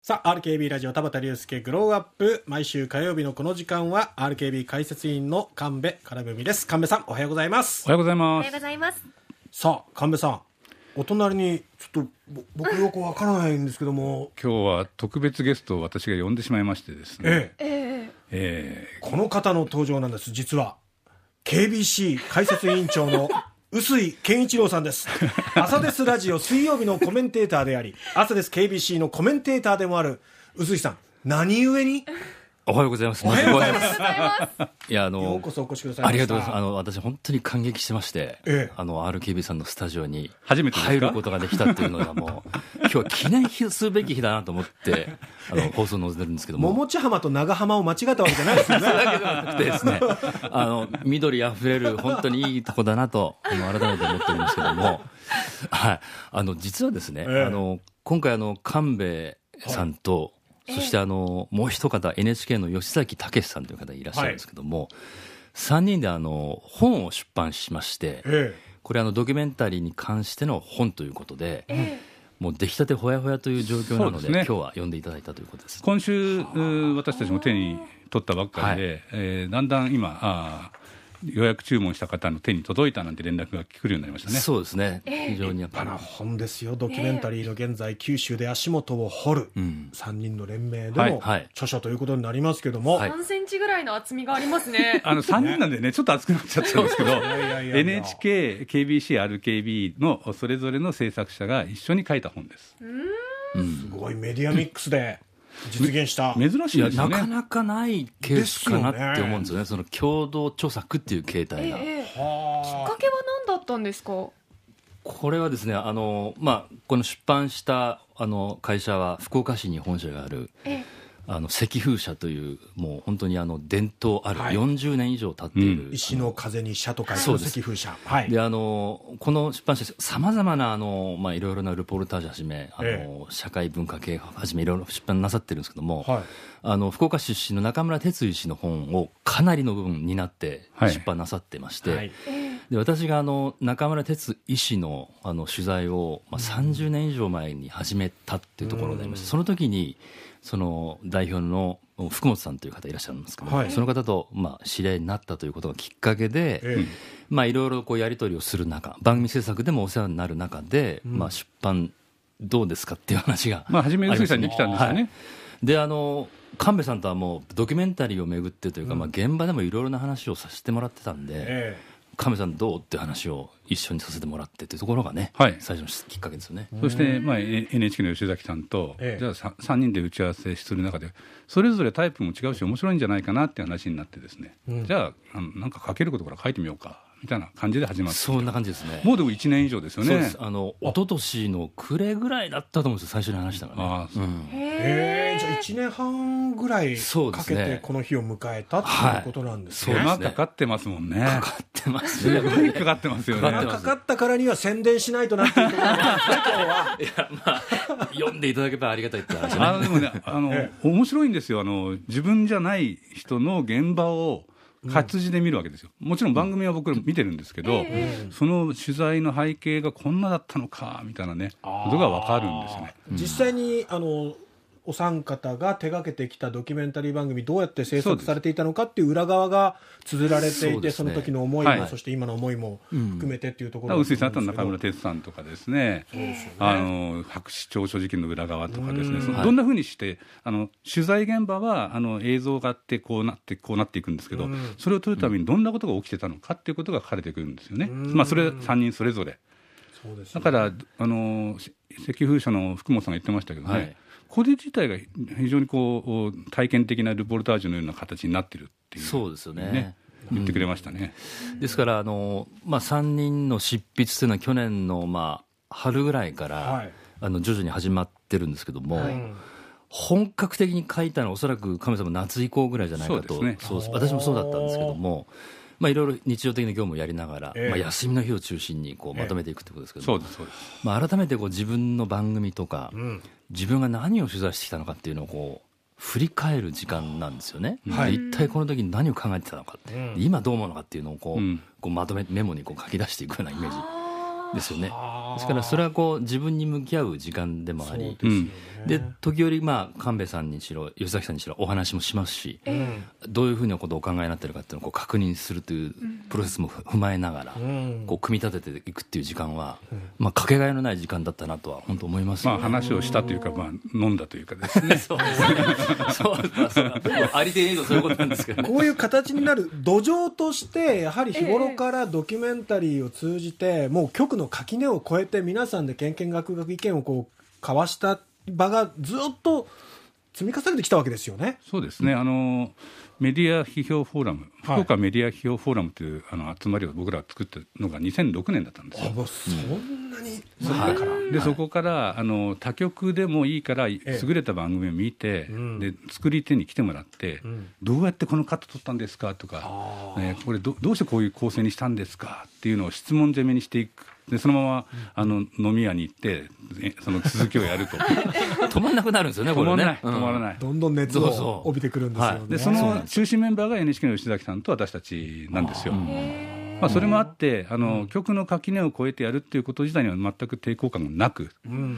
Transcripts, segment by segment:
さあ RKB ラジオ田畑隆介グローアップ、毎週火曜日のこの時間は RKB 解説委員の神戸金文です。神戸さん、おはようございます。 おはようございます。 おはようございます。 さあ神戸さん、お隣にちょっと僕よくわからないんですけども、 今日は特別ゲストを私が呼んでしまいましてですね、 この方の登場なんです。実は KBC 解説委員長の臼井健一郎さんです。朝ですラジオ水曜日のコメンテーターであり、朝です KBC のコメンテーターでもある臼井さん、何故におはようございます。 おはようございます。 いやようこそお越しくださいました。 ありがとうございます。私本当に感激してまして、RKB さんのスタジオに入ることができたっていうのがもう今日は記念すべき日だなと思って放送に臨んでるんですけども、 桃地浜と長浜を間違ったわけじゃないですよね。 それだけではなくてですね、緑あふれる本当にいいとこだなと改めて思ってるんですけども、はい、実はですね、今回本さんと、そしてもう一方 NHK の吉崎武さんという方いらっしゃるんですけども、3人で本を出版しまして、これドキュメンタリーに関しての本ということで、もう出来たてほやほやという状況なので、今日は読んでいただいたということです。 今週私たちも手に取ったばっかりで、だんだん今予約注文した方の手に届いたなんて連絡が来るようになりましたね。 そうですね、非常にやっぱり立派な本ですよ。ドキュメンタリーの現在九州で足元を掘る、3人の連名での著書ということになりますけども、 3センチぐらいの厚みがありますね。 3人なんでね、ちょっと厚くなっちゃったんですけどNHK、KBC、RKB のそれぞれの制作者が一緒に書いた本です。 すごいメディアミックスで実現した珍しいですよね。 なかなかないケースかなって思うんですよね。その共同著作っていう形態が、 きっかけは何だったんですか？ これはですね、この出版した会社は福岡市に本社がある石風社という、もう本当に伝統ある40年以上経っている、 石の風に社と書いて石風社、 でこの出版社さまざまないろいろなルポルタージュはじめ社会文化系はじめいろいろ出版なさってるんですけども、福岡出身の中村哲医師の本をかなりの部分になって出版なさってまして、で私が中村哲医師の取材を30年以上前に始めたっていうところでありまして、その時にその代表の福本さんという方いらっしゃるんですけど、その方と知り合いになったということがきっかけで、いろいろやり取りをする中、番組制作でもお世話になる中で、出版どうですかっていう話が初め臼井さんに来たんですよね。 で神戸さんとはもうドキュメンタリーをめぐってというか、現場でもいろいろな話をさせてもらってたんで、神戸さんどうって話を一緒にさせてもらってというところがね、最初のきっかけですよね。 そして、NHK の吉崎さんと、じゃあ3人で打ち合わせする中でそれぞれタイプも違うし面白いんじゃないかなって話になってですね、じゃあなんか書けることから書いてみようかみたいな感じで始まって、 そんな感じですね。 もうでも1年以上ですよね。 そうです。一昨年の暮れぐらいだったと思うんですよ、最初に話したのね。 じゃあ1年半ぐらいかけてこの日を迎えたっていうことなんですね。 かかってますもんね。 かかってますね。 すごいかかってますよね。 かかったからには宣伝しないとなっていうところなんですね、今日は。 いや、読んでいただければありがたいって話ね。 でもね、面白いんですよ。自分じゃない人の現場を活字で見るわけですよ。もちろん番組は僕ら見てるんですけど、その取材の背景がこんなだったのかみたいなねことが分かるんですよね。 実際にお三方が手がけてきたドキュメンタリー番組どうやって制作されていたのかっていう裏側が綴られていて、その時の思いも、そして今の思いも含めてっていうところ臼井さんと中村哲さんとかですね、白紙調書事件の裏側とかですね、どんなふうにして取材現場は映像があってこうなっていくんですけど、それを撮るためにどんなことが起きてたのかっていうことが書かれてくるんですよね。それ3人それぞれだから石風社の福本さんが言ってましたけどね、これ自体が非常に体験的なルポルタージュのような形になっているっていう、 そうですよね、 言ってくれましたね。 ですから3人の執筆というのは去年の春ぐらいから徐々に始まってるんですけども、本格的に書いたのはおそらく神様夏以降ぐらいじゃないかと。私もそうだったんですけども、いろいろ日常的な業務をやりながら、休みの日を中心にまとめていくということですけど、改めて自分の番組とか、自分が何を取材してきたのかっていうのを振り返る時間なんですよね。一体この時に何を考えてたのか、今どう思うのかっていうのをまとめメモに書き出していくようなイメージですよね。ですからそれはこう自分に向き合う時間でもあり、で時折神戸さんにしろ吉崎さんにしろお話もしますし、どういうふうなことをお考えになっているかっていうのをこう確認するというプロセスも踏まえながら、こう組み立てていくっていう時間は、かけがえのない時間だったなとは本当思いますよね。 話をしたというか、飲んだというかですねそうですねそうありていに言うとそういうことなんですけど、ね、 こういう形になる土壌としてやはり日頃からドキュメンタリーを通じて、もう局の垣根を越えて皆さんでけんけんがくがく意見をこう交わした場がずっと積み重ねてきたわけですよね。 そうですね、メディア批評フォーラム、福岡メディア批評フォーラムという集まりを僕らが作ったのが2006年だったんですよ。 もうそんなに前から、 でそこから他局でもいいから優れた番組を見て、で作り手に来てもらって、どうやってこのカット取ったんですかとか、これ どうしてこういう構成にしたんですかっていうのを質問攻めにしていく。でそのまま飲み屋に行ってその続きをやると止まらなくなるんですよね、これね。 止まらない、 どんどん熱を帯びてくるんですよね。 でその中心メンバーが NHK の吉崎さんと私たちなんですよ。それもあって局の垣根を越えてやるっていうこと自体には全く抵抗感がなく、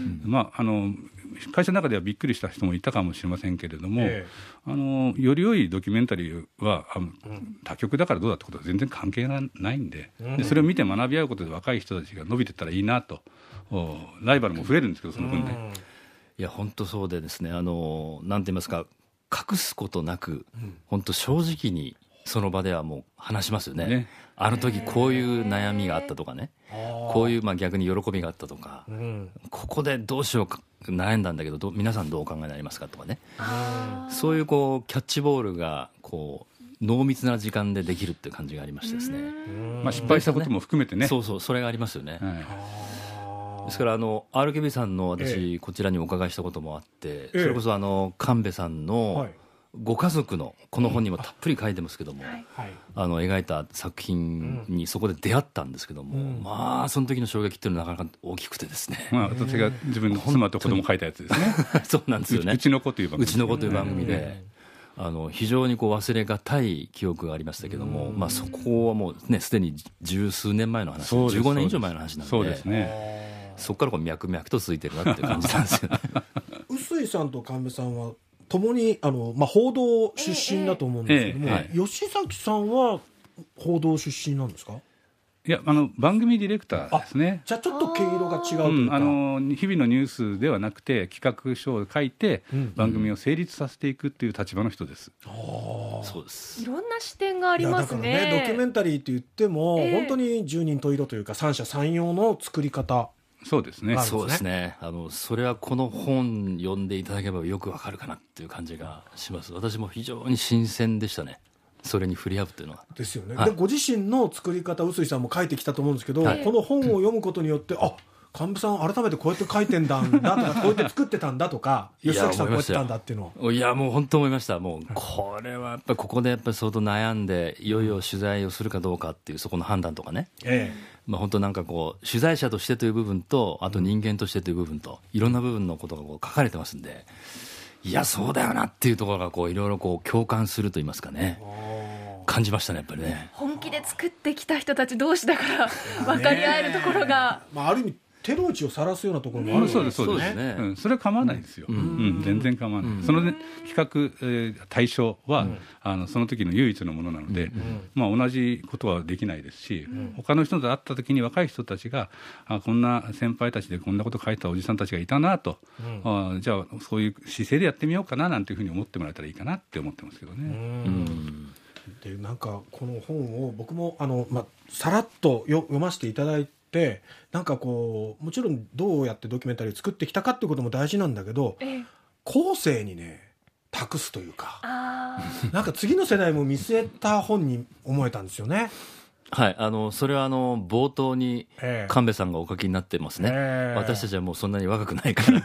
会社の中ではびっくりした人もいたかもしれませんけれども、より良いドキュメンタリーは他局だからどうだってことは全然関係がないんで、それを見て学び合うことで若い人たちが伸びていったらいいなと。ライバルも増えるんですけど、その分で、 いや本当そうでですね、なんて言いますか、隠すことなく本当正直にその場ではもう話しますよね。あの時こういう悩みがあったとかね、こういう逆に喜びがあったとか、ここでどうしようか悩んだんだけど皆さんどうお考えになりますかとかね、そういうこうキャッチボールがこう濃密な時間でできるっていう感じがありましてですね、 失敗したことも含めてね、 そうそれがありますよね。ですからRKB さんの私こちらにお伺いしたこともあって、それこそ神戸さんのご家族のこの本にもたっぷり書いてますけども、描いた作品にそこで出会ったんですけども、その時の衝撃っていうのはなかなか大きくてですね、 私が自分の妻と子供書いたやつですねそうなんですよね。 うちの子という番組、 うちの子という番組で、非常にこう忘れがたい記憶がありましたけども、そこはもうねすでに十数年前の話、15年以上前の話なんで、 そうですね、 そこからこう脈々と続いてるなっていう感じなんですよね臼井さんと神戸さんはともに報道出身だと思うんですけども、吉崎さんは報道出身なんですか？ いや番組ディレクターですね。 じゃあちょっと毛色が違うというか、 日々のニュースではなくて企画書を書いて番組を成立させていくっていう立場の人です。 そうです。 いろんな視点がありますね。 だからね、ドキュメンタリーって言っても、本当に十人十色というか三者三様の作り方。 そうですね。 そうですね。それはこの本読んでいただければよくわかるかなっていう感じがします。私も非常に新鮮でしたね。それに振り合うというのは。ですよね。 でご自身の作り方、臼井さんも書いてきたと思うんですけど、この本を読むことによって、神戸さん改めてこうやって書いてんだとか、こうやって作ってたんだとか、吉崎さんこうやってたんだっていうのは。 いやもう本当思いました。もうこれはやっぱりここでやっぱり相当悩んで、いよいよ取材をするかどうかっていうそこの判断とかね。本当なんかこう取材者としてという部分と、あと人間としてという部分と、いろんな部分のことがこう書かれてますんで、いやそうだよなっていうところがこういろいろこう共感すると言いますかね、感じましたね、やっぱりね。 本気で作ってきた人たち同士だから分かり合えるところが、 ある意味手の内を晒すようなところもある。 そうですそうですね。それは構わないですよ。全然構わない。その企画対象はその時の唯一のものなので、同じことはできないですし、他の人と会った時に若い人たちがこんな先輩たちでこんなこと書いたおじさんたちがいたなと、じゃあそういう姿勢でやってみようかななんていうふうに思ってもらえたらいいかなって思ってますけどね。 でなんかこの本を僕もさらっと読ませていただいて、なんかこうもちろんどうやってドキュメンタリーを作ってきたかっていうことも大事なんだけど、後世にね託すというか、なんか次の世代も見据えた本に思えたんですよね。 はい、それは冒頭に神戸さんがお書きになってますね。私たちはもうそんなに若くないから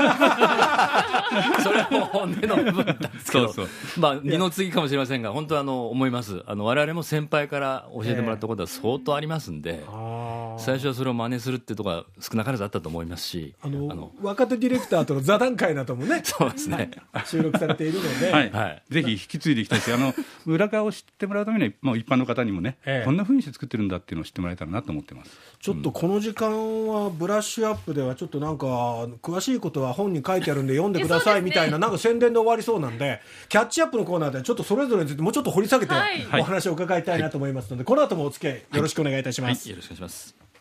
それはもう本音の部分なんですけど、二の次かもしれませんが、本当は思います。我々も先輩から教えてもらったことは相当ありますんで、 最初はそれを真似するっていうところが少なからずあったと思いますし、 若手ディレクターとの座談会などもねそうですね収録されているので、 はいぜひ引き継いでいきたいし、裏側を知ってもらうためには、もう一般の方にもね、こんな風にして作ってるんだっていうのを知ってもらえたらなと思ってます。 ちょっとこの時間はブラッシュアップではちょっとなんか詳しいことは本に書いてあるんで読んでくださいみたいな、なんか宣伝で終わりそうなんで、キャッチアップのコーナーでちょっとそれぞれについてもうちょっと掘り下げてお話を伺いたいなと思いますので、この後もお付き合いよろしくお願いいたします。 よろしくお願いします。